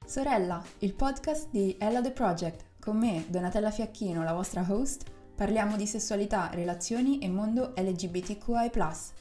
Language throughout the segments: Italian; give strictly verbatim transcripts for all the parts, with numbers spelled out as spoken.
Sorella, il podcast di Ella The Project. Con me, Donatella Fiacchino, la vostra host, parliamo di sessualità, relazioni e mondo L G B T Q I plus.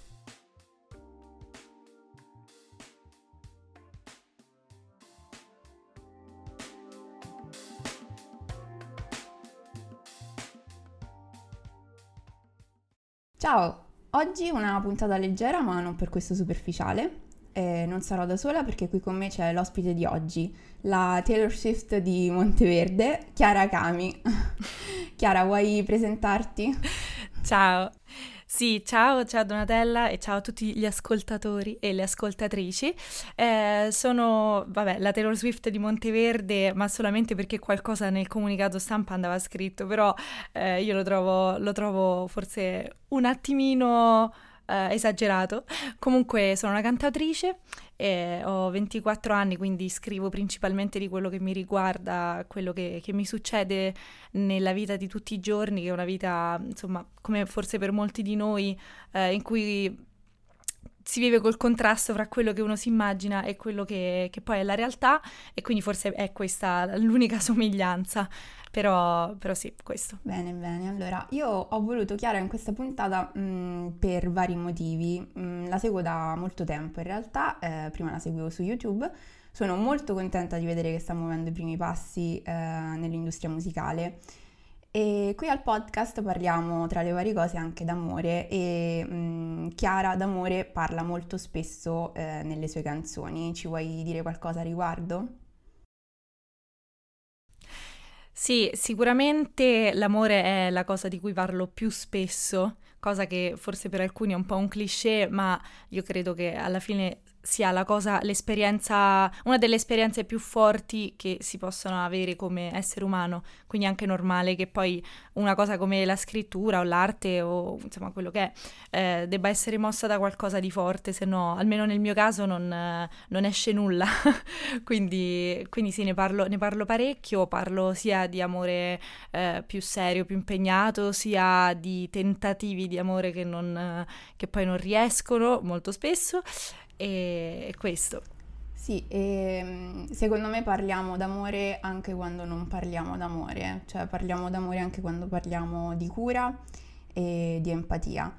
Ciao, oggi una puntata leggera ma non per questo superficiale. Eh, non sarò da sola perché qui con me c'è l'ospite di oggi, la Taylor Swift di Monteverde, Chiara Cami. Chiara, vuoi presentarti? Ciao, sì, ciao, ciao Donatella e ciao a tutti gli ascoltatori e le ascoltatrici. Eh, sono, vabbè, la Taylor Swift di Monteverde, ma solamente perché qualcosa nel comunicato stampa andava scritto, però eh, io lo trovo, lo trovo forse un attimino eh, esagerato. Comunque sono una cantautrice. E ho ventiquattro anni, quindi scrivo principalmente di quello che mi riguarda, quello che, che mi succede nella vita di tutti i giorni, che è una vita, insomma, come forse per molti di noi, eh, in cui si vive col contrasto fra quello che uno si immagina e quello che, che poi è la realtà, e quindi forse è questa l'unica somiglianza. Però, però sì, questo. Bene, bene. Allora, io ho voluto Chiara in questa puntata mh, per vari motivi. Mh, la seguo da molto tempo in realtà, eh, prima la seguivo su YouTube. Sono molto contenta di vedere che sta muovendo i primi passi eh, nell'industria musicale. E qui al podcast parliamo tra le varie cose anche d'amore e mh, Chiara d'amore parla molto spesso eh, nelle sue canzoni. Ci vuoi dire qualcosa a riguardo? Sì, sicuramente l'amore è la cosa di cui parlo più spesso, cosa che forse per alcuni è un po' un cliché, ma io credo che alla fine sia la cosa, l'esperienza, una delle esperienze più forti che si possono avere come essere umano, quindi è anche normale che poi una cosa come la scrittura o l'arte o insomma quello che è, eh, debba essere mossa da qualcosa di forte, se no, almeno nel mio caso, non, eh, non esce nulla. quindi, quindi sì, ne parlo, ne parlo parecchio, parlo sia di amore eh, più serio, più impegnato, sia di tentativi di amore che, non, eh, che poi non riescono molto spesso. E questo. Sì, e secondo me parliamo d'amore anche quando non parliamo d'amore, cioè parliamo d'amore anche quando parliamo di cura e di empatia.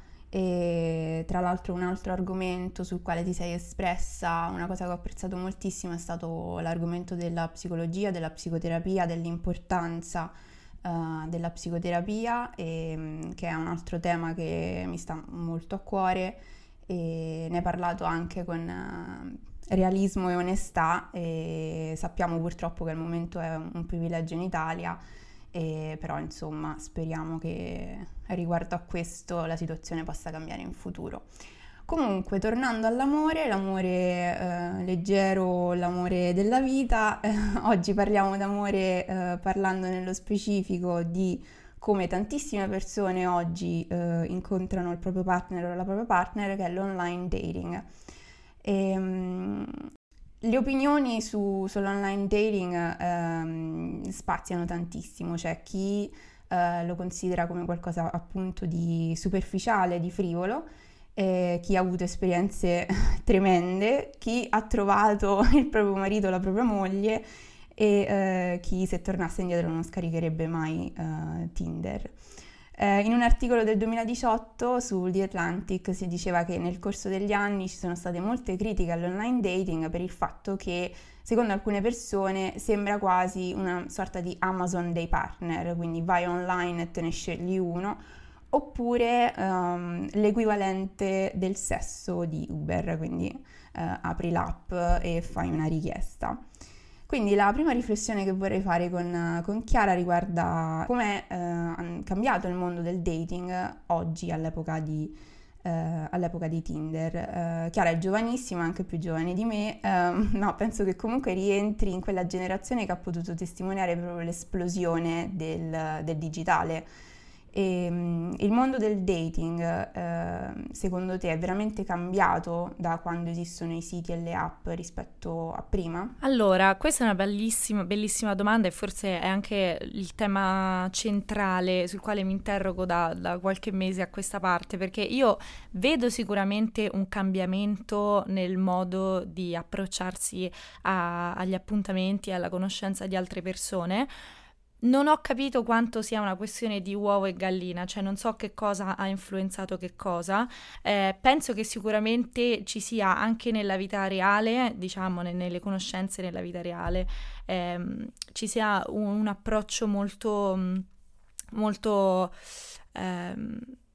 E tra l'altro un altro argomento sul quale ti sei espressa, una cosa che ho apprezzato moltissimo è stato l'argomento della psicologia, della psicoterapia, dell'importanza uh, della psicoterapia, e, che è un altro tema che mi sta molto a cuore. E ne hai parlato anche con uh, realismo e onestà, e sappiamo purtroppo che al momento è un privilegio in Italia, e però insomma speriamo che riguardo a questo la situazione possa cambiare in futuro. Comunque, tornando all'amore, l'amore eh, leggero, l'amore della vita, eh, oggi parliamo d'amore eh, parlando nello specifico di come tantissime persone oggi eh, incontrano il proprio partner o la propria partner, che è l'online dating. E, um, le opinioni su, sull'online dating um, spaziano tantissimo, c'è chi uh, lo considera come qualcosa appunto di superficiale, di frivolo, e chi ha avuto esperienze tremende, chi ha trovato il proprio marito o la propria moglie, e eh, chi se tornasse indietro non scaricherebbe mai eh, Tinder. Eh, in un articolo del duemiladiciotto su The Atlantic si diceva che nel corso degli anni ci sono state molte critiche all'online dating per il fatto che, secondo alcune persone, sembra quasi una sorta di Amazon dei partner, quindi vai online e te ne scegli uno, oppure um, l'equivalente del sesso di Uber, quindi uh, apri l'app e fai una richiesta. Quindi la prima riflessione che vorrei fare con, con Chiara riguarda come è cambiato il mondo del dating oggi all'epoca di, eh, all'epoca di Tinder. Eh, Chiara è giovanissima, anche più giovane di me, eh, ma penso che comunque rientri in quella generazione che ha potuto testimoniare proprio l'esplosione del, del digitale. E, mm, il mondo del dating, eh, secondo te, è veramente cambiato da quando esistono i siti e le app rispetto a prima? Allora, questa è una bellissima, bellissima domanda e forse è anche il tema centrale sul quale mi interrogo da, da qualche mese a questa parte, perché io vedo sicuramente un cambiamento nel modo di approcciarsi a- agli appuntamenti, alla conoscenza di altre persone. Non ho capito quanto sia una questione di uovo e gallina, cioè non so che cosa ha influenzato che cosa. Eh, penso che sicuramente ci sia anche nella vita reale, diciamo ne- nelle conoscenze nella vita reale, ehm, ci sia un, un approccio molto, mm, molto ehm,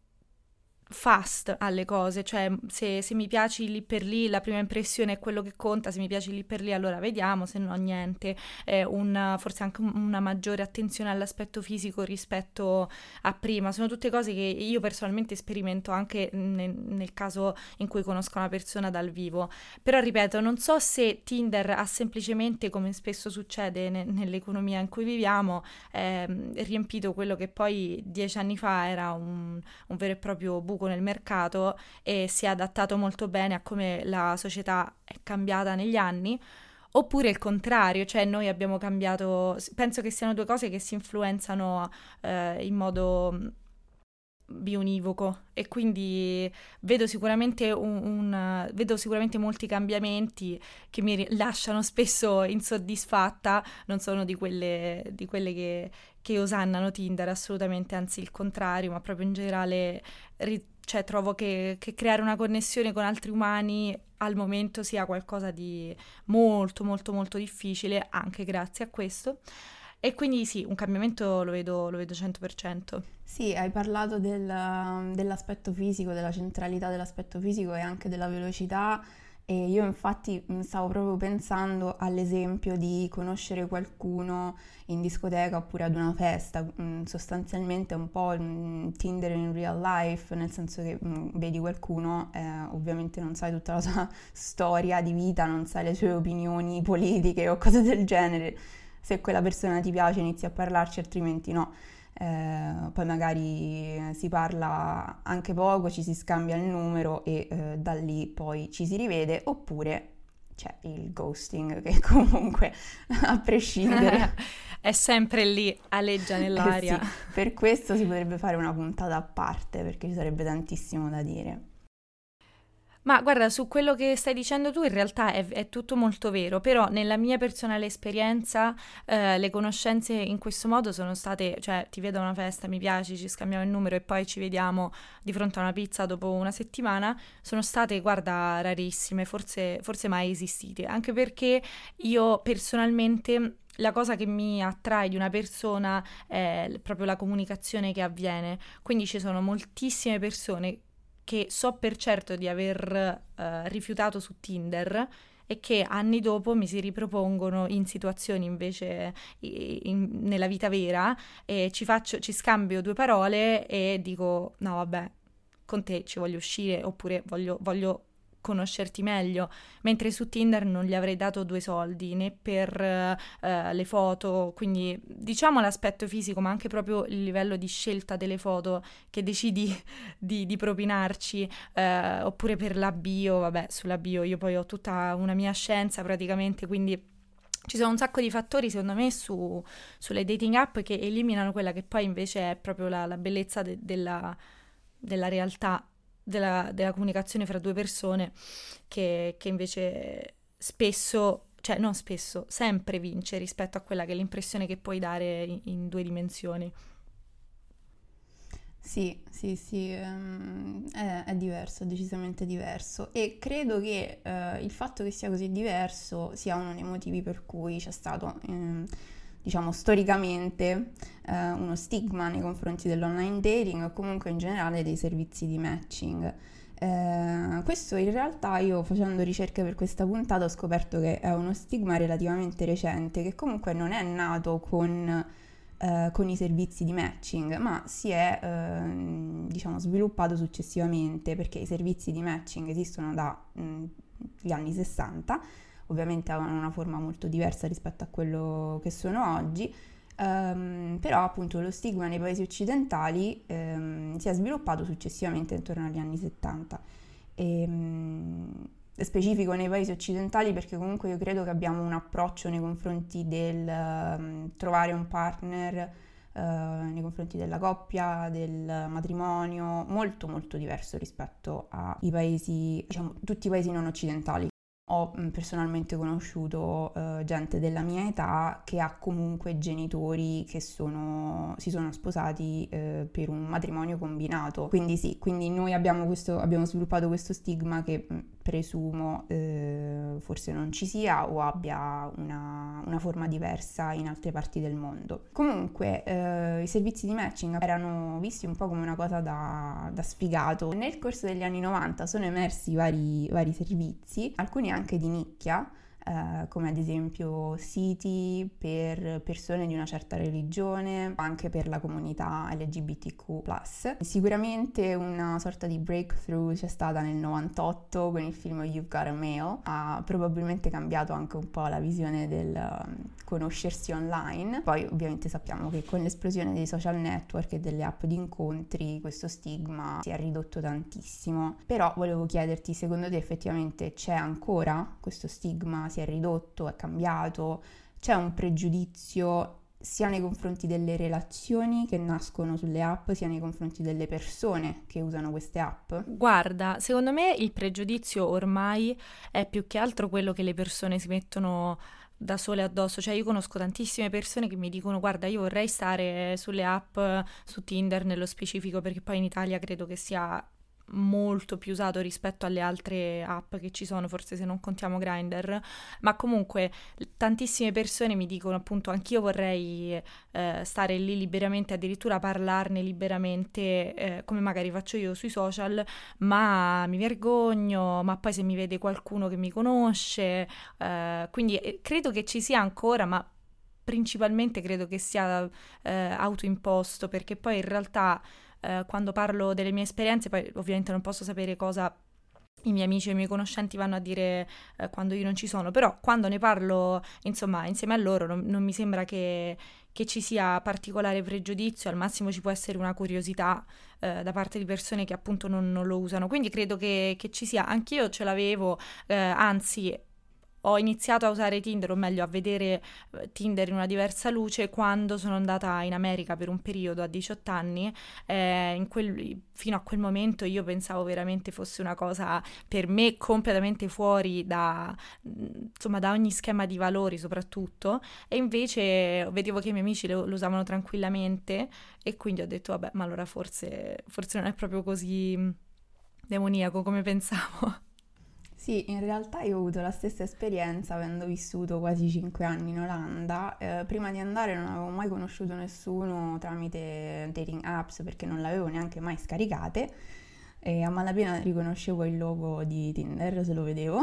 fast alle cose, cioè se, se mi piaci lì per lì, la prima impressione è quello che conta, se mi piaci lì per lì allora vediamo, se no niente. Eh, un, forse anche un- una maggiore attenzione all'aspetto fisico rispetto a prima, sono tutte cose che io personalmente sperimento anche nel, nel caso in cui conosco una persona dal vivo, però ripeto, non so se Tinder ha semplicemente, come spesso succede ne- nell'economia in cui viviamo, ehm, riempito quello che poi dieci anni fa era un un vero e proprio buco nel mercato e si è adattato molto bene a come la società è cambiata negli anni, oppure il contrario, cioè noi abbiamo cambiato, penso che siano due cose che si influenzano eh, in modo mh, bionivoco e quindi vedo sicuramente un, un- vedo sicuramente molti cambiamenti che mi ri- lasciano spesso insoddisfatta, non sono di quelle, di quelle che, che osannano Tinder, assolutamente, anzi il contrario, ma proprio in generale ri- cioè, trovo che, che creare una connessione con altri umani al momento sia qualcosa di molto molto molto difficile, anche grazie a questo. E quindi sì, un cambiamento lo vedo, lo vedo cento per cento. Sì, hai parlato del- dell'aspetto fisico, della centralità dell'aspetto fisico e anche della velocità e io infatti mh, stavo proprio pensando all'esempio di conoscere qualcuno in discoteca oppure ad una festa, mh, sostanzialmente è un po' mh, Tinder in real life, nel senso che mh, vedi qualcuno, eh, ovviamente non sai tutta la sua storia di vita, non sai le sue opinioni politiche o cose del genere. Se quella persona ti piace inizi a parlarci, altrimenti no. Eh, poi magari si parla anche poco, ci si scambia il numero e eh, da lì poi ci si rivede, oppure c'è il ghosting che comunque a prescindere, È sempre lì, aleggia eh nell'aria. sì, per questo si potrebbe fare una puntata a parte perché ci sarebbe tantissimo da dire. Ma guarda, su quello che stai dicendo tu in realtà è, è tutto molto vero, però nella mia personale esperienza eh, le conoscenze in questo modo sono state, cioè ti vedo a una festa, mi piaci, ci scambiamo il numero e poi ci vediamo di fronte a una pizza dopo una settimana, sono state, guarda, rarissime, forse, forse mai esistite, anche perché io personalmente... La cosa che mi attrae di una persona è l- proprio la comunicazione che avviene. Quindi ci sono moltissime persone che so per certo di aver eh, rifiutato su Tinder e che anni dopo mi si ripropongono in situazioni invece i- in- nella vita vera e ci faccio, ci scambio due parole e dico no vabbè, con te ci voglio uscire oppure voglio, voglio conoscerti meglio, mentre su Tinder non gli avrei dato due soldi né per eh, eh, le foto, quindi diciamo l'aspetto fisico ma anche proprio il livello di scelta delle foto che decidi di, di propinarci, eh, oppure per la bio, vabbè, sulla bio io poi ho tutta una mia scienza praticamente, quindi ci sono un sacco di fattori secondo me su, sulle dating app che eliminano quella che poi invece è proprio la, la bellezza de- della, della realtà, della, della comunicazione fra due persone, che, che invece spesso, cioè non spesso, sempre vince rispetto a quella che è l'impressione che puoi dare in, in due dimensioni. Sì, sì, sì, ehm, è, è diverso, è decisamente diverso e credo che eh, il fatto che sia così diverso sia uno dei motivi per cui c'è stato, ehm, diciamo, storicamente eh, uno stigma nei confronti dell'online dating o comunque in generale dei servizi di matching. Eh, questo in realtà io facendo ricerche per questa puntata ho scoperto che è uno stigma relativamente recente che comunque non è nato con eh, con i servizi di matching, ma si è ehm, diciamo sviluppato successivamente perché i servizi di matching esistono dagli anni sessanta, ovviamente avevano una forma molto diversa rispetto a quello che sono oggi, Um, però appunto lo stigma nei paesi occidentali um, si è sviluppato successivamente intorno agli anni settanta. E, um, specifico nei paesi occidentali perché comunque io credo che abbiamo un approccio nei confronti del um, trovare un partner, uh, nei confronti della coppia, del matrimonio, molto molto diverso rispetto ai paesi, diciamo, tutti i paesi non occidentali. Ho personalmente conosciuto uh, gente della mia età che ha comunque genitori che sono, si sono sposati uh, per un matrimonio combinato. Quindi sì, quindi noi abbiamo, questo, abbiamo sviluppato questo stigma che mh, presumo uh, forse non ci sia o abbia una, una forma diversa in altre parti del mondo. Comunque uh, i servizi di matching erano visti un po' come una cosa da, da sfigato. Nel corso degli anni novanta sono emersi vari, vari servizi, alcuni anche di nicchia, eh, come ad esempio siti per persone di una certa religione, anche per la comunità L G B T Q plus. Sicuramente una sorta di breakthrough c'è stata nel novantotto con il film You've Got a Mail, ha probabilmente cambiato anche un po' la visione del um, conoscersi online. Poi ovviamente sappiamo che con l'esplosione dei social network e delle app di incontri questo stigma si è ridotto tantissimo. Però volevo chiederti, secondo te effettivamente c'è ancora questo stigma? Si è ridotto, è cambiato? C'è un pregiudizio sia nei confronti delle relazioni che nascono sulle app, sia nei confronti delle persone che usano queste app? Guarda, secondo me il pregiudizio ormai è più che altro quello che le persone si mettono da sole addosso. Cioè io conosco tantissime persone che mi dicono guarda, io vorrei stare sulle app, su Tinder nello specifico, perché poi in Italia credo che sia molto più usato rispetto alle altre app che ci sono, forse se non contiamo Grindr, ma comunque tantissime persone mi dicono appunto anch'io vorrei eh, stare lì liberamente, addirittura parlarne liberamente eh, come magari faccio io sui social, ma mi vergogno, ma poi se mi vede qualcuno che mi conosce, eh, quindi eh, credo che ci sia ancora, ma principalmente credo che sia eh, autoimposto, perché poi in realtà Uh, quando parlo delle mie esperienze, poi ovviamente non posso sapere cosa i miei amici e i miei conoscenti vanno a dire uh, quando io non ci sono, però quando ne parlo, insomma, insieme a loro non, non mi sembra che, che ci sia particolare pregiudizio, al massimo ci può essere una curiosità uh, da parte di persone che appunto non, non lo usano, quindi credo che, che ci sia, anch'io ce l'avevo, uh, anzi ho iniziato a usare Tinder, o meglio a vedere Tinder in una diversa luce quando sono andata in America per un periodo a diciotto anni. Eh, in quel, fino a quel momento io pensavo veramente fosse una cosa per me completamente fuori da, insomma, da ogni schema di valori soprattutto, e invece vedevo che i miei amici lo, lo usavano tranquillamente e quindi ho detto vabbè, ma allora forse, forse non è proprio così demoniaco come pensavo. Sì, in realtà io ho avuto la stessa esperienza avendo vissuto quasi cinque anni in Olanda. Eh, prima di andare non avevo mai conosciuto nessuno tramite dating apps perché non l'avevo neanche mai scaricate e a malapena riconoscevo il logo di Tinder se lo vedevo.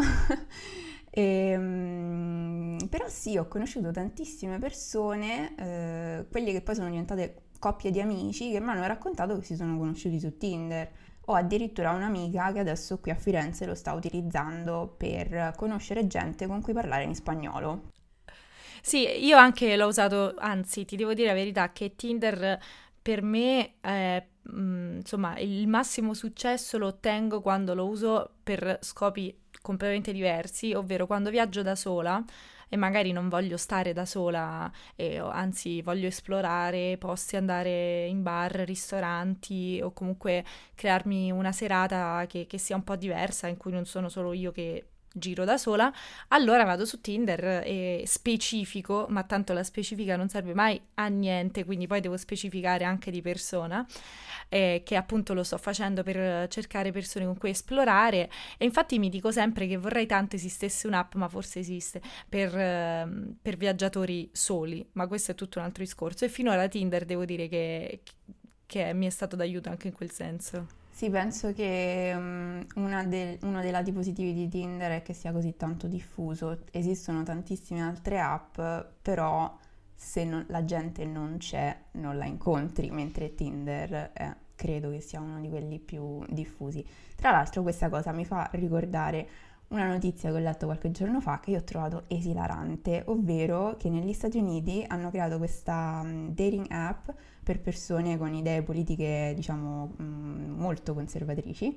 E, um, però sì, ho conosciuto tantissime persone, eh, quelle che poi sono diventate coppie di amici che mi hanno raccontato che si sono conosciuti su Tinder. Ho addirittura un'amica che adesso qui a Firenze lo sta utilizzando per conoscere gente con cui parlare in spagnolo. Sì, io anche l'ho usato, anzi ti devo dire la verità che Tinder per me è, mh, insomma, il massimo successo lo ottengo quando lo uso per scopi completamente diversi, ovvero quando viaggio da sola e magari non voglio stare da sola, e, anzi voglio esplorare posti, andare in bar, ristoranti o comunque crearmi una serata che, che sia un po' diversa, in cui non sono solo io che giro da sola, allora vado su Tinder e specifico, ma tanto la specifica non serve mai a niente, quindi poi devo specificare anche di persona, eh, che appunto lo sto facendo per cercare persone con cui esplorare, e infatti mi dico sempre che vorrei tanto esistesse un'app, ma forse esiste, per, eh, per viaggiatori soli, ma questo è tutto un altro discorso, e finora Tinder devo dire che, che mi è stato d'aiuto anche in quel senso. Sì, penso che um, una de- uno dei lati positivi di Tinder è che sia così tanto diffuso. Esistono tantissime altre app, però se non- la gente non c'è, non la incontri, mentre Tinder eh, credo che sia uno di quelli più diffusi. Tra l'altro questa cosa mi fa ricordare una notizia che ho letto qualche giorno fa che io ho trovato esilarante, ovvero che negli Stati Uniti hanno creato questa um, dating app per persone con idee politiche, diciamo, um, molto conservatrici,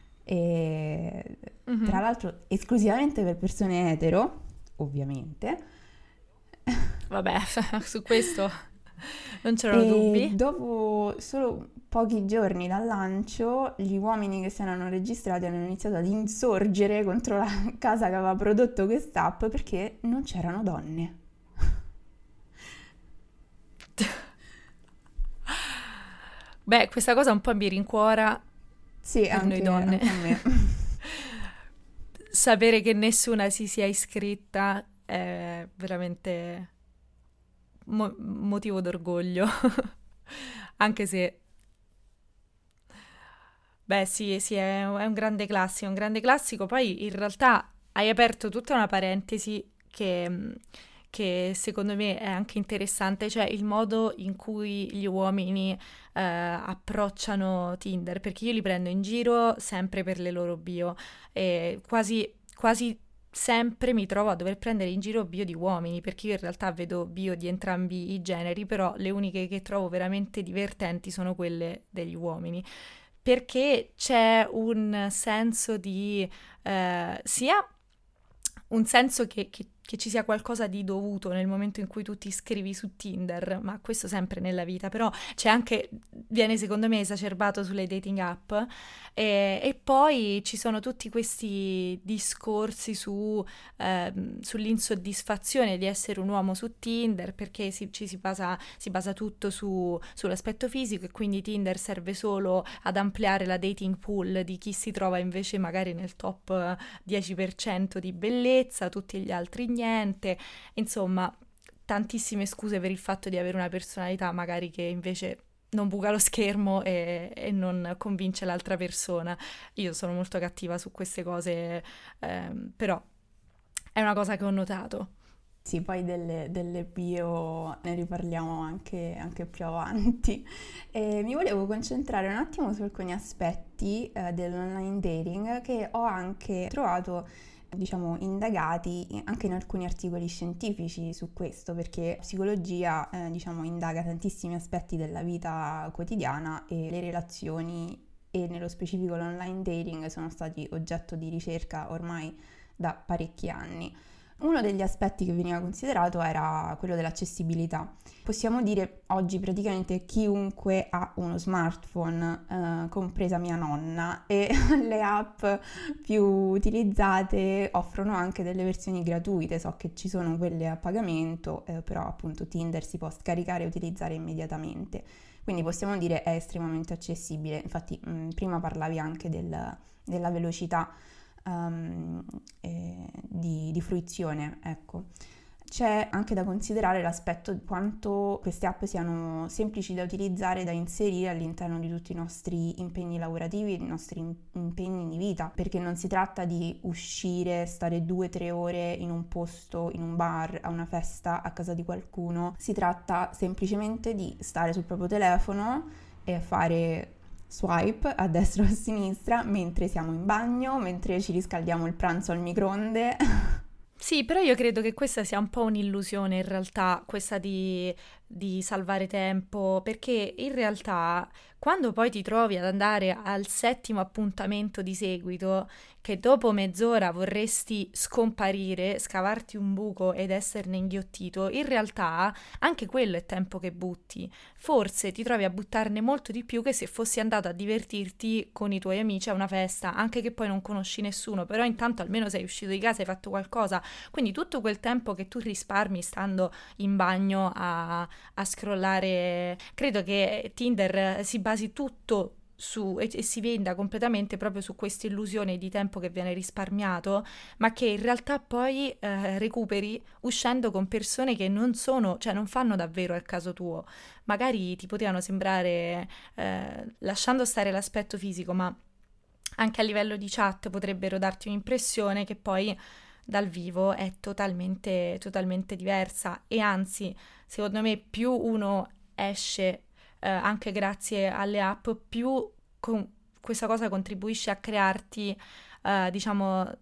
e tra Mhm. l'altro esclusivamente per persone etero, ovviamente. Vabbè, su questo non c'erano E dubbi. dopo solo pochi giorni dal lancio, gli uomini che si erano registrati hanno iniziato ad insorgere contro la casa che aveva prodotto quest'app perché non c'erano donne. Beh, questa cosa un po' mi rincuora Sì, per noi anche, donne. anche a me. Sapere che nessuna si sia iscritta è veramente mo- motivo d'orgoglio. Anche se, beh, sì, sì, è, è un grande classico, un grande classico. Poi in realtà hai aperto tutta una parentesi che, mh, che secondo me è anche interessante, cioè il modo in cui gli uomini eh, approcciano Tinder, perché io li prendo in giro sempre per le loro bio e quasi, quasi sempre mi trovo a dover prendere in giro bio di uomini, perché io in realtà vedo bio di entrambi i generi, però le uniche che trovo veramente divertenti sono quelle degli uomini perché c'è un senso di eh, sia un senso che, che- che ci sia qualcosa di dovuto nel momento in cui tu ti iscrivi su Tinder, ma questo sempre nella vita, però c'è anche, viene secondo me esacerbato sulle dating app e, e poi ci sono tutti questi discorsi su, ehm, sull'insoddisfazione di essere un uomo su Tinder perché si, ci si basa, si basa tutto su- sull'aspetto fisico e quindi Tinder serve solo ad ampliare la dating pool di chi si trova invece magari nel top eh, dieci per cento di bellezza, tutti gli altri niente. Insomma, tantissime scuse per il fatto di avere una personalità magari che invece non buca lo schermo e, e non convince l'altra persona. Io sono molto cattiva su queste cose, ehm, però è una cosa che ho notato. Sì, poi delle, delle bio ne riparliamo anche, anche più avanti. E mi volevo concentrare un attimo su alcuni aspetti eh, dell'online dating che ho anche trovato, diciamo, indagati anche in alcuni articoli scientifici su questo, perché la psicologia, eh, diciamo, indaga tantissimi aspetti della vita quotidiana e le relazioni e nello specifico l'online dating sono stati oggetto di ricerca ormai da parecchi anni. Uno degli aspetti che veniva considerato era quello dell'accessibilità. Possiamo dire oggi praticamente chiunque ha uno smartphone, eh, compresa mia nonna, e le app più utilizzate offrono anche delle versioni gratuite. So che ci sono quelle a pagamento, eh, però appunto Tinder si può scaricare e utilizzare immediatamente. Quindi possiamo dire è estremamente accessibile. Infatti, mh, prima parlavi anche del- della velocità um, eh, di, di fruizione, ecco. C'è anche da considerare l'aspetto di quanto queste app siano semplici da utilizzare e da inserire all'interno di tutti i nostri impegni lavorativi, i nostri impegni di vita, perché non si tratta di uscire, stare due o tre ore in un posto, in un bar, a una festa, a casa di qualcuno, si tratta semplicemente di stare sul proprio telefono e fare swipe a destra o a sinistra mentre siamo in bagno, mentre ci riscaldiamo il pranzo al microonde. Sì, però io credo che questa sia un po' un'illusione in realtà, questa di, di salvare tempo, perché in realtà quando poi ti trovi ad andare al settimo appuntamento di seguito, che dopo mezz'ora vorresti scomparire, scavarti un buco ed esserne inghiottito, in realtà anche quello è tempo che butti. Forse ti trovi a buttarne molto di più che se fossi andato a divertirti con i tuoi amici a una festa, anche che poi non conosci nessuno, però intanto almeno sei uscito di casa e hai fatto qualcosa. Quindi tutto quel tempo che tu risparmi stando in bagno a, a scrollare, credo che Tinder si basi tutto su, e, e si venda completamente proprio su questa illusione di tempo che viene risparmiato, ma che in realtà poi eh, recuperi uscendo con persone che non sono, cioè non fanno davvero al caso tuo. Magari ti potevano sembrare, eh, lasciando stare l'aspetto fisico, ma anche a livello di chat potrebbero darti un'impressione che poi dal vivo è totalmente, totalmente diversa e anzi, secondo me, più uno esce eh, anche grazie alle app, più con- questa cosa contribuisce a crearti, eh, diciamo,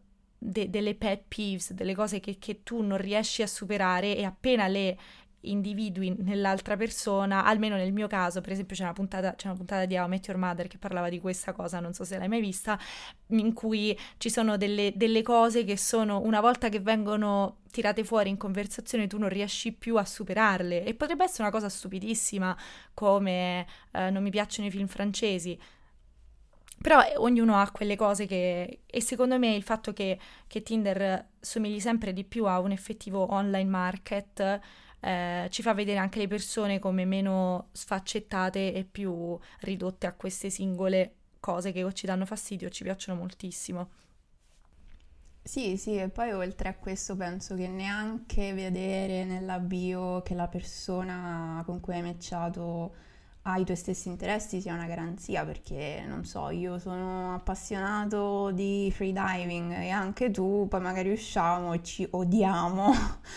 de- delle pet peeves, delle cose che, che tu non riesci a superare, e appena le individui nell'altra persona, almeno nel mio caso, per esempio c'è una puntata, c'è una puntata di How I Met Your Mother che parlava di questa cosa, non so se l'hai mai vista, in cui ci sono delle, delle cose che sono, una volta che vengono tirate fuori in conversazione, tu non riesci più a superarle, e potrebbe essere una cosa stupidissima come eh, non mi piacciono i film francesi, però eh, ognuno ha quelle cose che... E secondo me il fatto che, che Tinder somigli sempre di più a un effettivo online market eh, ci fa vedere anche le persone come meno sfaccettate e più ridotte a queste singole cose che o ci danno fastidio o ci piacciono moltissimo. Sì, sì, e poi oltre a questo penso che neanche vedere nella bio che la persona con cui hai matchato ha i tuoi stessi interessi sia una garanzia, perché non so, io sono appassionato di freediving e anche tu, poi magari usciamo e ci odiamo,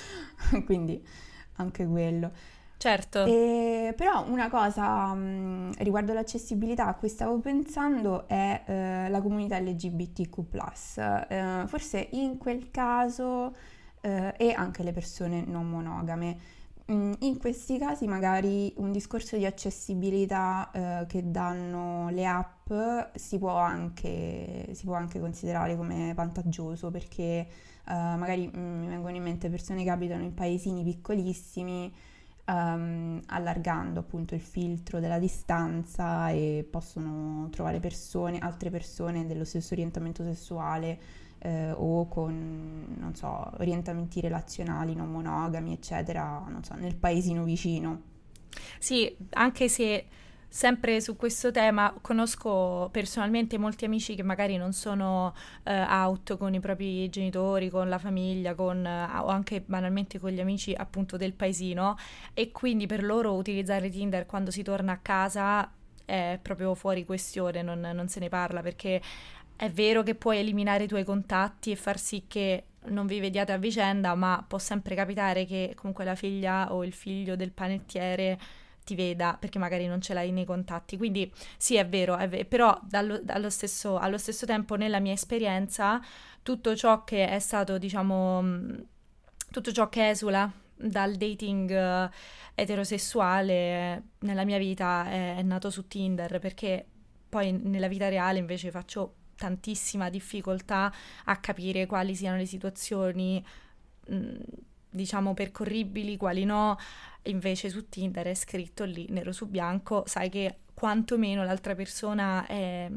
quindi anche quello. Certo. E, però una cosa mh, riguardo l'accessibilità a cui stavo pensando è eh, la comunità L G B T Q plus. Eh, forse in quel caso eh, e anche le persone non monogame. Mm, In questi casi magari un discorso di accessibilità eh, che danno le app si può anche, si può anche considerare come vantaggioso, perché eh, magari mm, mi vengono in mente persone che abitano in paesini piccolissimi, ehm, allargando appunto il filtro della distanza, e possono trovare persone, altre persone dello stesso orientamento sessuale eh, o con, non so, orientamenti relazionali non monogami, eccetera, non so, nel paesino vicino. Sì, anche se sempre su questo tema conosco personalmente molti amici che magari non sono eh, out con i propri genitori, con la famiglia, con, eh, o anche banalmente con gli amici appunto del paesino, e quindi per loro utilizzare Tinder quando si torna a casa è proprio fuori questione, non, non se ne parla, perché è vero che puoi eliminare i tuoi contatti e far sì che non vi vediate a vicenda, ma può sempre capitare che comunque la figlia o il figlio del panettiere ti veda perché magari non ce l'hai nei contatti. Quindi sì, è vero, è ve- però dallo, dallo stesso, allo stesso tempo nella mia esperienza tutto ciò che è stato, diciamo, mh, tutto ciò che esula dal dating eh, eterosessuale nella mia vita è, è nato su Tinder, perché poi nella vita reale invece faccio tantissima difficoltà a capire quali siano le situazioni, mh, diciamo, percorribili, quali no. Invece su Tinder è scritto lì nero su bianco, sai che quantomeno l'altra persona è,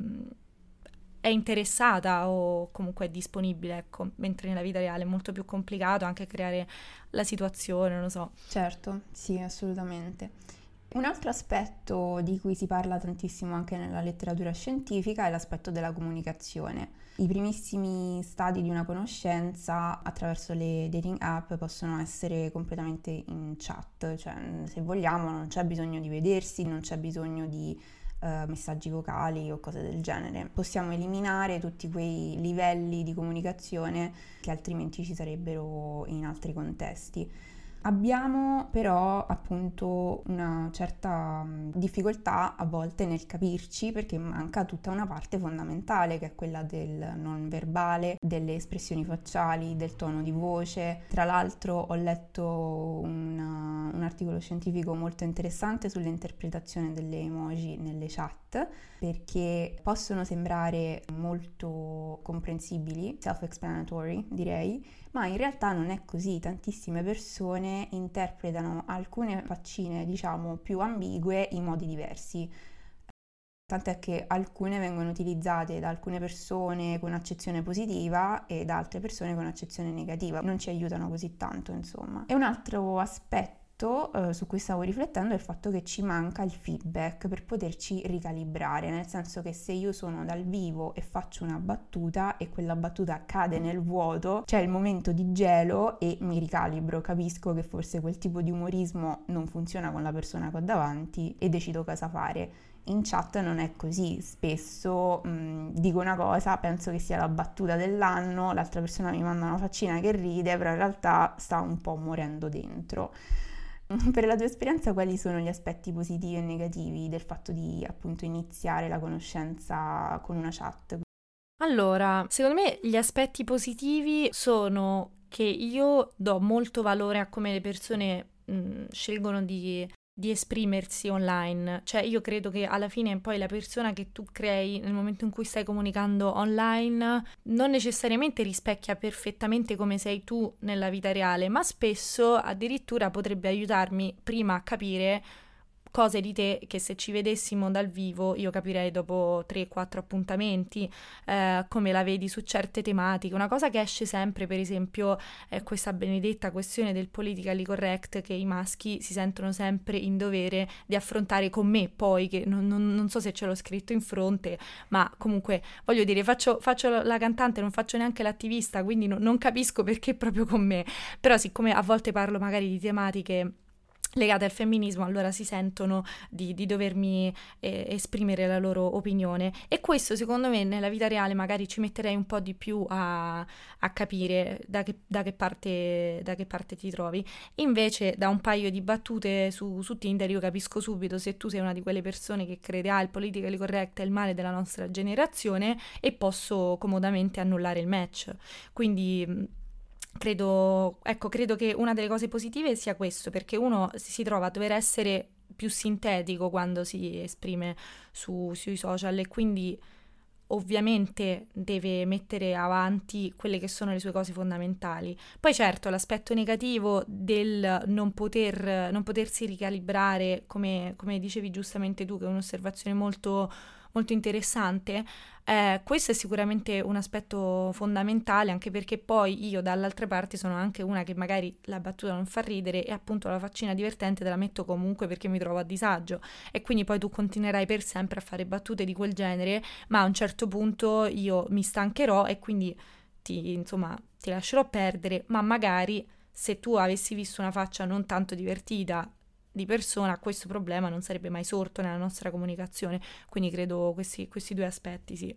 è interessata o comunque è disponibile, ecco, mentre nella vita reale è molto più complicato anche creare la situazione, non lo so. Certo, sì, assolutamente. Un altro aspetto di cui si parla tantissimo anche nella letteratura scientifica è l'aspetto della comunicazione. I primissimi stadi di una conoscenza attraverso le dating app possono essere completamente in chat, cioè se vogliamo non c'è bisogno di vedersi, non c'è bisogno di eh, messaggi vocali o cose del genere. Possiamo eliminare tutti quei livelli di comunicazione che altrimenti ci sarebbero in altri contesti. Abbiamo però appunto una certa mh, difficoltà a volte nel capirci, perché manca tutta una parte fondamentale che è quella del non verbale, delle espressioni facciali, del tono di voce. Tra l'altro ho letto una- un articolo scientifico molto interessante sull'interpretazione delle emoji nelle chat, perché possono sembrare molto comprensibili, self-explanatory direi, ma in realtà non è così. Tantissime persone interpretano alcune faccine, diciamo, più ambigue in modi diversi. Tant'è che alcune vengono utilizzate da alcune persone con accezione positiva e da altre persone con accezione negativa. Non ci aiutano così tanto, insomma. E un altro aspetto eh, su cui stavo riflettendo è il fatto che ci manca il feedback per poterci ricalibrare, nel senso che se io sono dal vivo e faccio una battuta e quella battuta cade nel vuoto, c'è il momento di gelo e mi ricalibro, capisco che forse quel tipo di umorismo non funziona con la persona che ho davanti e decido cosa fare. In chat non è così, spesso mh, dico una cosa, penso che sia la battuta dell'anno, l'altra persona mi manda una faccina che ride, però in realtà sta un po' morendo dentro. Per la tua esperienza, quali sono gli aspetti positivi e negativi del fatto di appunto iniziare la conoscenza con una chat? Allora, secondo me gli aspetti positivi sono che io do molto valore a come le persone mh, scelgono di, di esprimersi online. Cioè, io credo che alla fine poi la persona che tu crei nel momento in cui stai comunicando online non necessariamente rispecchia perfettamente come sei tu nella vita reale, ma spesso addirittura potrebbe aiutarmi prima a capire cose di te che se ci vedessimo dal vivo io capirei dopo tre quattro appuntamenti, eh, come la vedi su certe tematiche. Una cosa che esce sempre, per esempio, è questa benedetta questione del politically correct che i maschi si sentono sempre in dovere di affrontare con me, poi che non, non- non so se ce l'ho scritto in fronte, ma comunque voglio dire, faccio, faccio la cantante, non faccio neanche l'attivista, quindi no- non capisco perché proprio con me. Però siccome a volte parlo magari di tematiche legate al femminismo, allora si sentono di, di dovermi eh, esprimere la loro opinione, e questo secondo me nella vita reale magari ci metterei un po' di più a, a capire da che, da che parte, da che parte ti trovi. Invece da un paio di battute su, su Tinder io capisco subito se tu sei una di quelle persone che crede ah, il politically correct è il male della nostra generazione, e posso comodamente annullare il match. Quindi mh, credo, ecco, credo che una delle cose positive sia questo, perché uno si si trova a dover essere più sintetico quando si esprime su- sui social, e quindi ovviamente deve mettere avanti quelle che sono le sue cose fondamentali. Poi certo, l'aspetto negativo del non poter, non potersi ricalibrare, come, come dicevi giustamente tu, che è un'osservazione molto, molto interessante, eh, questo è sicuramente un aspetto fondamentale, anche perché poi io dall'altra parte sono anche una che magari la battuta non fa ridere e appunto la faccina divertente te la metto comunque perché mi trovo a disagio, e quindi poi tu continuerai per sempre a fare battute di quel genere, ma a un certo punto io mi stancherò e quindi ti, insomma, ti lascerò perdere, ma magari se tu avessi visto una faccia non tanto divertita di persona, questo problema non sarebbe mai sorto nella nostra comunicazione. Quindi credo questi, questi due aspetti, sì.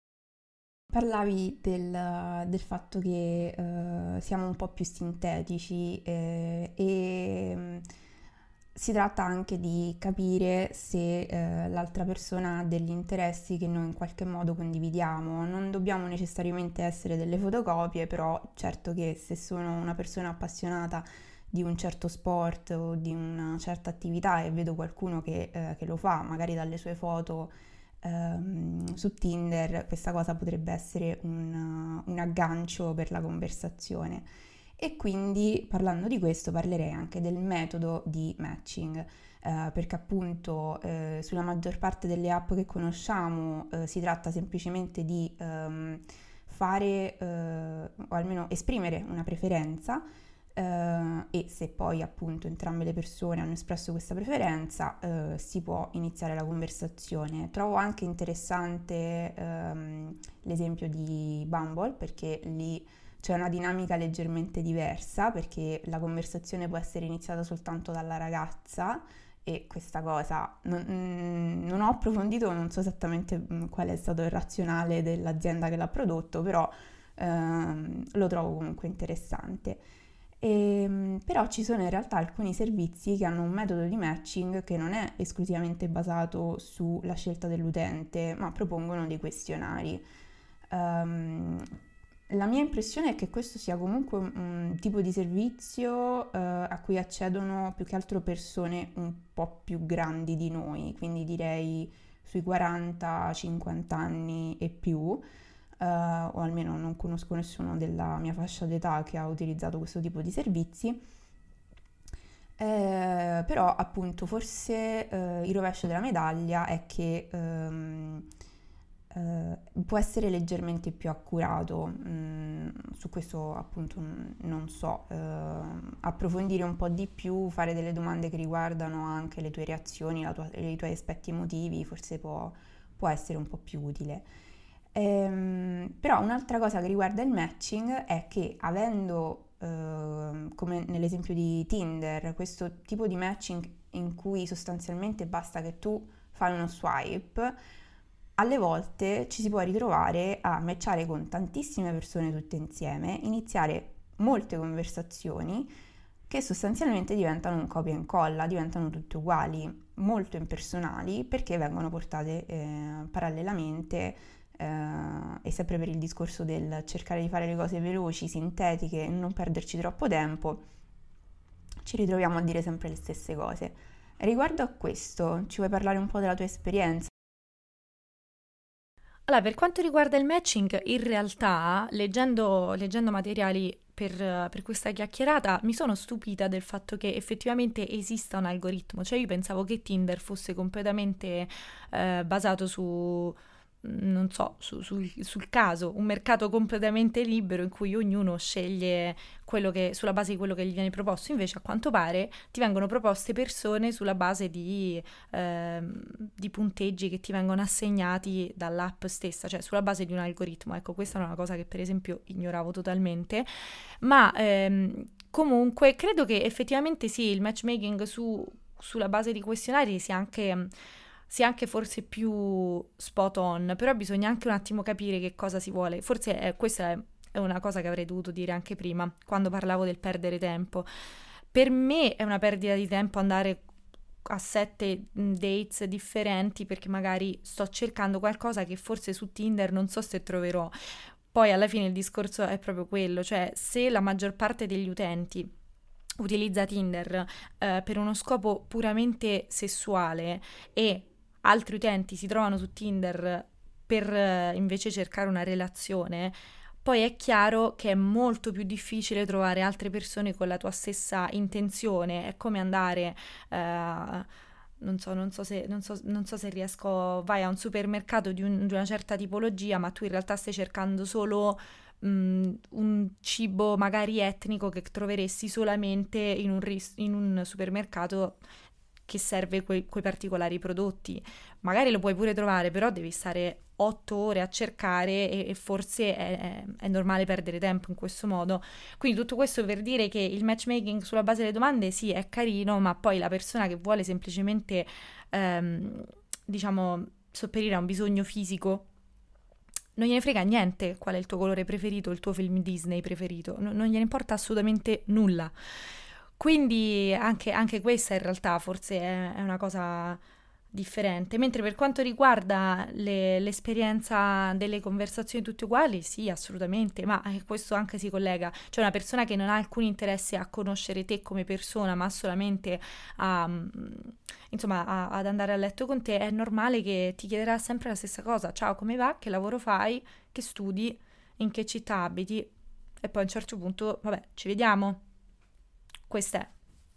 Parlavi del, del fatto che eh, siamo un po' più sintetici eh, e mm, si tratta anche di capire se eh, l'altra persona ha degli interessi che noi in qualche modo condividiamo. Non dobbiamo necessariamente essere delle fotocopie, però certo che se sono una persona appassionata di un certo sport o di una certa attività e vedo qualcuno che, eh, che lo fa, magari dalle sue foto ehm, su Tinder, questa cosa potrebbe essere un, un aggancio per la conversazione. E quindi parlando di questo parlerei anche del metodo di matching, eh, perché appunto eh, sulla maggior parte delle app che conosciamo eh, si tratta semplicemente di ehm, fare eh, o almeno esprimere una preferenza, eh, e se poi appunto entrambe le persone hanno espresso questa preferenza eh, si può iniziare la conversazione. Trovo anche interessante ehm, l'esempio di Bumble, perché lì c'è una dinamica leggermente diversa, perché la conversazione può essere iniziata soltanto dalla ragazza, e questa cosa non, mm, non ho approfondito, non so esattamente mm, qual è stato il razionale dell'azienda che l'ha prodotto, però ehm, lo trovo comunque interessante. E, però ci sono in realtà alcuni servizi che hanno un metodo di matching che non è esclusivamente basato sulla scelta dell'utente, ma propongono dei questionari. Um, la mia impressione è che questo sia comunque un, un tipo di servizio uh, a cui accedono più che altro persone un po' più grandi di noi, quindi direi sui quaranta cinquanta anni e più, eh, o almeno non conosco nessuno della mia fascia d'età che ha utilizzato questo tipo di servizi. Eh, però appunto forse eh, il rovescio della medaglia è che ehm, eh, può essere leggermente più accurato. Mm, su questo appunto mm, non so, eh, approfondire un po' di più, fare delle domande che riguardano anche le tue reazioni, la tua- i tuoi aspetti emotivi, forse può, può essere un po' più utile. Ehm, però un'altra cosa che riguarda il matching è che avendo, ehm, come nell'esempio di Tinder, questo tipo di matching in cui sostanzialmente basta che tu fai uno swipe, alle volte ci si può ritrovare a matchare con tantissime persone tutte insieme, iniziare molte conversazioni che sostanzialmente diventano un copia e incolla, diventano tutte uguali, molto impersonali, perché vengono portate eh, parallelamente eh, e sempre per il discorso del cercare di fare le cose veloci, sintetiche e non perderci troppo tempo, ci ritroviamo a dire sempre le stesse cose. Riguardo a questo, ci vuoi parlare un po' della tua esperienza? Allora, per quanto riguarda il matching, in realtà, leggendo, leggendo materiali per, per questa chiacchierata, mi sono stupita del fatto che effettivamente esista un algoritmo. Cioè, io pensavo che Tinder fosse completamente eh, basato su, non so, su- sul, sul caso, un mercato completamente libero in cui ognuno sceglie quello che, sulla base di quello che gli viene proposto. Invece, a quanto pare, ti vengono proposte persone sulla base di ehm, di punteggi che ti vengono assegnati dall'app stessa, cioè sulla base di un algoritmo. Ecco, questa è una cosa che per esempio ignoravo totalmente, ma ehm, comunque credo che effettivamente sì, il matchmaking su, sulla base di questionari sia anche, sia anche forse più spot on, però bisogna anche un attimo capire che cosa si vuole. Forse è, questa è, è una cosa che avrei dovuto dire anche prima, quando parlavo del perdere tempo. Per me è una perdita di tempo andare a sette mm, dates differenti perché magari sto cercando qualcosa che forse su Tinder non so se troverò. Poi alla fine il discorso è proprio quello, cioè se la maggior parte degli utenti utilizza Tinder eh, per uno scopo puramente sessuale e altri utenti si trovano su Tinder per eh, invece cercare una relazione, poi è chiaro che è molto più difficile trovare altre persone con la tua stessa intenzione. È come andare, eh, non so, non so se, non so, non so se riesco, vai a un supermercato di, un- di una certa tipologia, ma tu in realtà stai cercando solo mm, un cibo magari etnico che troveresti solamente in un, ris- in un supermercato che serve quei, quei particolari prodotti. Magari lo puoi pure trovare, però devi stare otto ore a cercare e, e forse è, è- è normale perdere tempo in questo modo. Quindi tutto questo per dire che il matchmaking sulla base delle domande sì, è carino, ma poi la persona che vuole semplicemente, ehm, diciamo, sopperire a un bisogno fisico non gliene frega niente qual è il tuo colore preferito, il tuo film Disney preferito, no- non gliene importa assolutamente nulla. Quindi anche, anche questa in realtà forse è, è una cosa differente. Mentre per quanto riguarda le- l'esperienza delle conversazioni tutte uguali, sì, assolutamente, ma eh, questo anche si collega. Cioè una persona che non ha alcun interesse a conoscere te come persona, ma solamente a, mm, insomma, a- ad andare a letto con te, è normale che ti chiederà sempre la stessa cosa. Ciao, come va? Che lavoro fai? Che studi? In che città abiti? E poi a un certo punto, vabbè, ci vediamo. Questa è.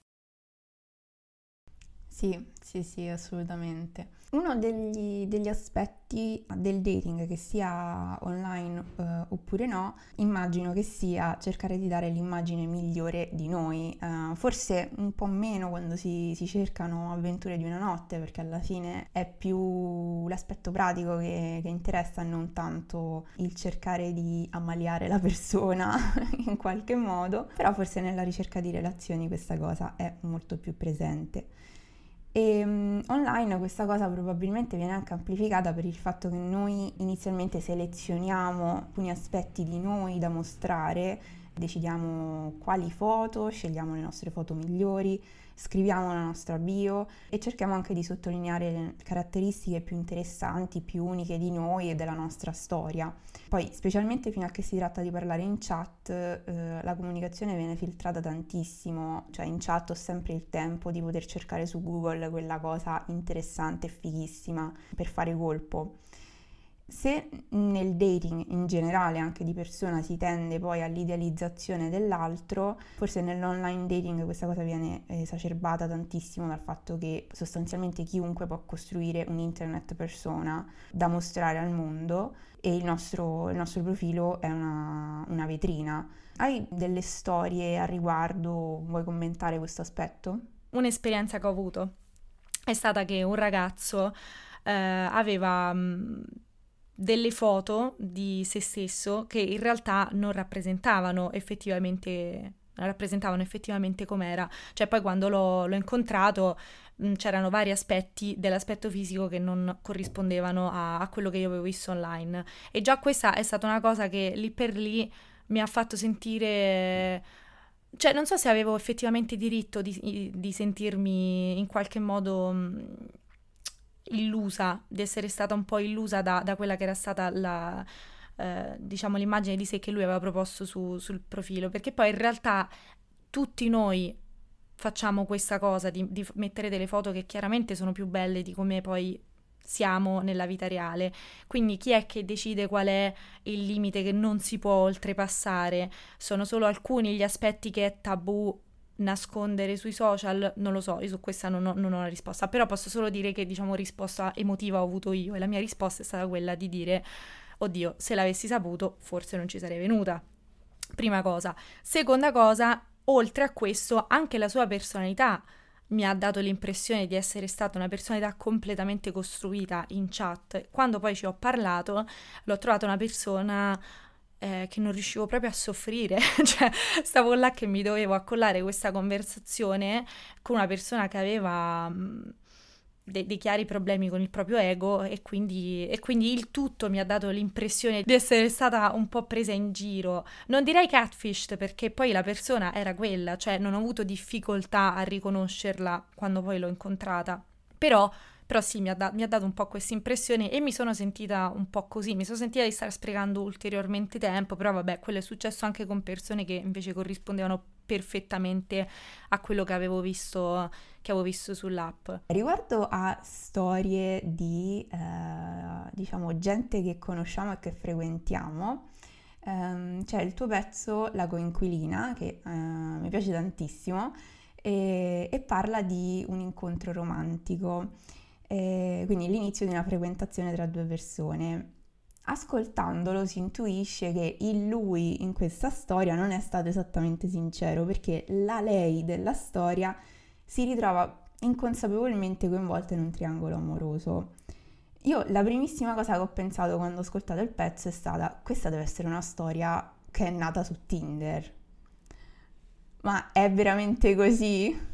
Sì, sì, sì, assolutamente. Uno degli, degli aspetti del dating, che sia online eh, oppure no, immagino che sia cercare di dare l'immagine migliore di noi. Eh, forse un po' meno quando si, si cercano avventure di una notte, perché alla fine è più l'aspetto pratico che, che interessa, non tanto il cercare di ammaliare la persona in qualche modo, però forse nella ricerca di relazioni questa cosa è molto più presente. E um, online questa cosa probabilmente viene anche amplificata per il fatto che noi inizialmente selezioniamo alcuni aspetti di noi da mostrare, decidiamo quali foto, scegliamo le nostre foto migliori, scriviamo la nostra bio e cerchiamo anche di sottolineare le caratteristiche più interessanti, più uniche di noi e della nostra storia. Poi, specialmente fino a che si tratta di parlare in chat, eh, la comunicazione viene filtrata tantissimo, cioè in chat ho sempre il tempo di poter cercare su Google quella cosa interessante e fighissima per fare colpo. Se nel dating in generale, anche di persona, si tende poi all'idealizzazione dell'altro, forse nell'online dating questa cosa viene esacerbata tantissimo dal fatto che sostanzialmente chiunque può costruire un internet persona da mostrare al mondo e il nostro, il nostro profilo è una, una vetrina. Hai delle storie a riguardo? Vuoi commentare questo aspetto? Un'esperienza che ho avuto è stata che un ragazzo eh, aveva mh, delle foto di se stesso che in realtà non rappresentavano effettivamente rappresentavano effettivamente com'era. Cioè poi quando l'ho, l'ho incontrato mh, c'erano vari aspetti dell'aspetto fisico che non corrispondevano a, a quello che io avevo visto online. E già questa è stata una cosa che lì per lì mi ha fatto sentire, cioè non so se avevo effettivamente diritto di, di sentirmi in qualche modo mh, illusa, di essere stata un po' illusa da, da quella che era stata la, eh, diciamo, l'immagine di sé che lui aveva proposto su- sul profilo, perché poi in realtà tutti noi facciamo questa cosa di, di mettere delle foto che chiaramente sono più belle di come poi siamo nella vita reale. Quindi chi è che decide qual è il limite che non si può oltrepassare? Sono solo alcuni gli aspetti che è tabù nascondere sui social? Non lo so, io su questa non ho, non ho una risposta, però posso solo dire che, diciamo, risposta emotiva ho avuto io, e la mia risposta è stata quella di dire: oddio, se l'avessi saputo forse non ci sarei venuta. Prima cosa. Seconda cosa, oltre a questo, anche la sua personalità mi ha dato l'impressione di essere stata una personalità completamente costruita in chat. Quando poi ci ho parlato, l'ho trovata una persona eh, che non riuscivo proprio a soffrire, cioè stavo là che mi dovevo accollare questa conversazione con una persona che aveva mh, de- dei chiari problemi con il proprio ego, e quindi, e quindi il tutto mi ha dato l'impressione di essere stata un po' presa in giro. Non direi catfished, perché poi la persona era quella, cioè non ho avuto difficoltà a riconoscerla quando poi l'ho incontrata. Però, però sì, mi ha, da- mi ha dato un po' questa impressione e mi sono sentita un po' così, mi sono sentita di stare sprecando ulteriormente tempo, però vabbè, quello è successo anche con persone che invece corrispondevano perfettamente a quello che avevo visto, che avevo visto sull'app. Riguardo a storie di, eh, diciamo, gente che conosciamo e che frequentiamo, ehm, c'è il tuo pezzo La coinquilina, che eh, mi piace tantissimo, e, e parla di un incontro romantico, eh, quindi l'inizio di una frequentazione tra due persone. Ascoltandolo si intuisce che il lui in questa storia non è stato esattamente sincero, perché la lei della storia si ritrova inconsapevolmente coinvolta in un triangolo amoroso. Io la primissima cosa che ho pensato quando ho ascoltato il pezzo è stata: questa deve essere una storia che è nata su Tinder. Ma è veramente così?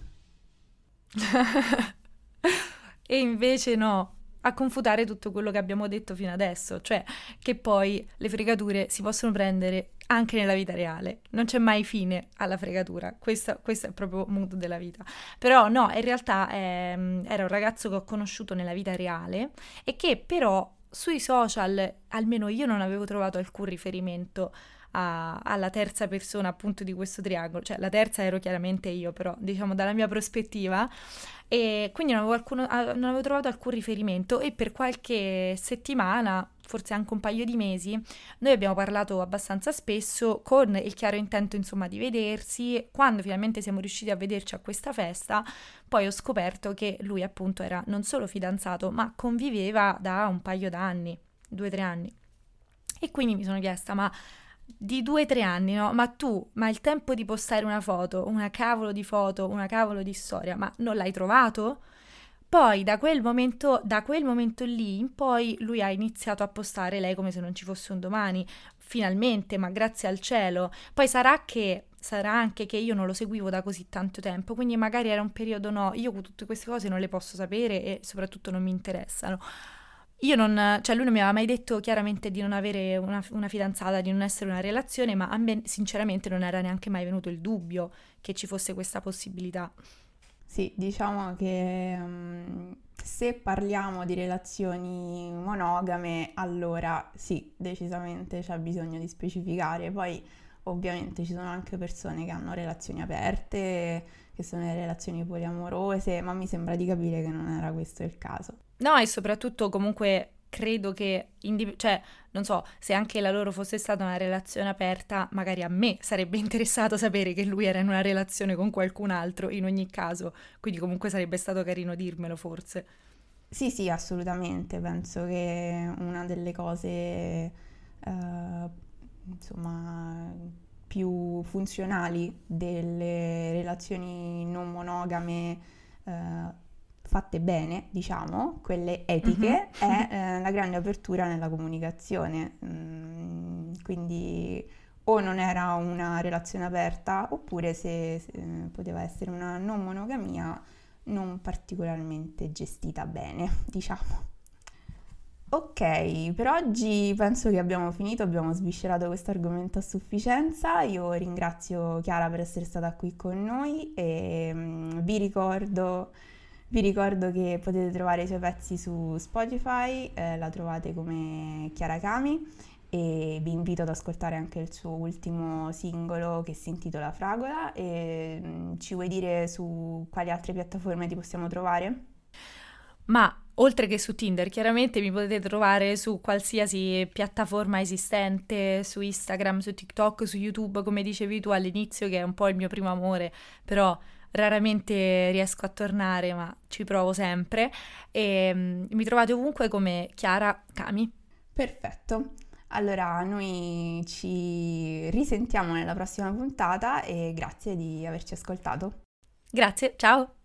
E invece no, a confutare tutto quello che abbiamo detto fino adesso, cioè che poi le fregature si possono prendere anche nella vita reale, non c'è mai fine alla fregatura, questo, questo è proprio mood della vita. Però no, in realtà ehm, era un ragazzo che ho conosciuto nella vita reale e che però sui social, almeno io non avevo trovato alcun riferimento a- alla terza persona appunto di questo triangolo, cioè la terza ero chiaramente io, però diciamo dalla mia prospettiva, e quindi non avevo, alcuno- ah, non avevo trovato alcun riferimento, e per qualche settimana, forse anche un paio di mesi, noi abbiamo parlato abbastanza spesso con il chiaro intento insomma di vedersi. Quando finalmente siamo riusciti a vederci a questa festa, poi ho scoperto che lui appunto era non solo fidanzato, ma conviveva da un paio d'anni, due o tre anni. E quindi mi sono chiesta: ma di due o tre anni, no? Ma tu, ma il tempo di postare una foto, una cavolo di foto, una cavolo di storia, ma non l'hai trovato? Poi da quel momento, da quel momento lì in poi lui ha iniziato a postare lei come se non ci fosse un domani, finalmente, ma grazie al cielo. Poi sarà che sarà anche che io non lo seguivo da così tanto tempo, quindi magari era un periodo, no, io tutte queste cose non le posso sapere e soprattutto non mi interessano. Io non, cioè lui non mi aveva mai detto chiaramente di non avere una, una fidanzata, di non essere una relazione, ma a me sinceramente non era neanche mai venuto il dubbio che ci fosse questa possibilità. Sì, diciamo che mm, se parliamo di relazioni monogame, allora sì, decisamente c'è bisogno di specificare. Poi ovviamente ci sono anche persone che hanno relazioni aperte, che sono le relazioni poliamorose, ma mi sembra di capire che non era questo il caso. No, e soprattutto comunque credo che, indi- cioè, non so, se anche la loro fosse stata una relazione aperta, magari a me sarebbe interessato sapere che lui era in una relazione con qualcun altro in ogni caso, quindi comunque sarebbe stato carino dirmelo forse. Sì, sì, assolutamente. Penso che una delle cose, eh, insomma, più funzionali delle relazioni non monogame, eh, fatte bene, diciamo, quelle Mhm. etiche, è eh, la grande apertura nella comunicazione. Mm, quindi o non era una relazione aperta, oppure se, se poteva essere una non monogamia non particolarmente gestita bene, diciamo. Ok, per oggi penso che abbiamo finito, abbiamo sviscerato questo argomento a sufficienza. Io ringrazio Chiara per essere stata qui con noi e mm, vi ricordo Vi ricordo che potete trovare i suoi pezzi su Spotify, eh, la trovate come Chiara Cami e vi invito ad ascoltare anche il suo ultimo singolo che si intitola Fragola. E mm, ci vuoi dire su quali altre piattaforme ti possiamo trovare? Ma oltre che su Tinder, chiaramente mi potete trovare su qualsiasi piattaforma esistente, su Instagram, su TikTok, su YouTube, come dicevi tu all'inizio, che è un po' il mio primo amore, però raramente riesco a tornare, ma ci provo sempre. E mm, mi trovate ovunque come Chiara Cami. Perfetto. Allora, noi ci risentiamo nella prossima puntata e grazie di averci ascoltato. Grazie, ciao!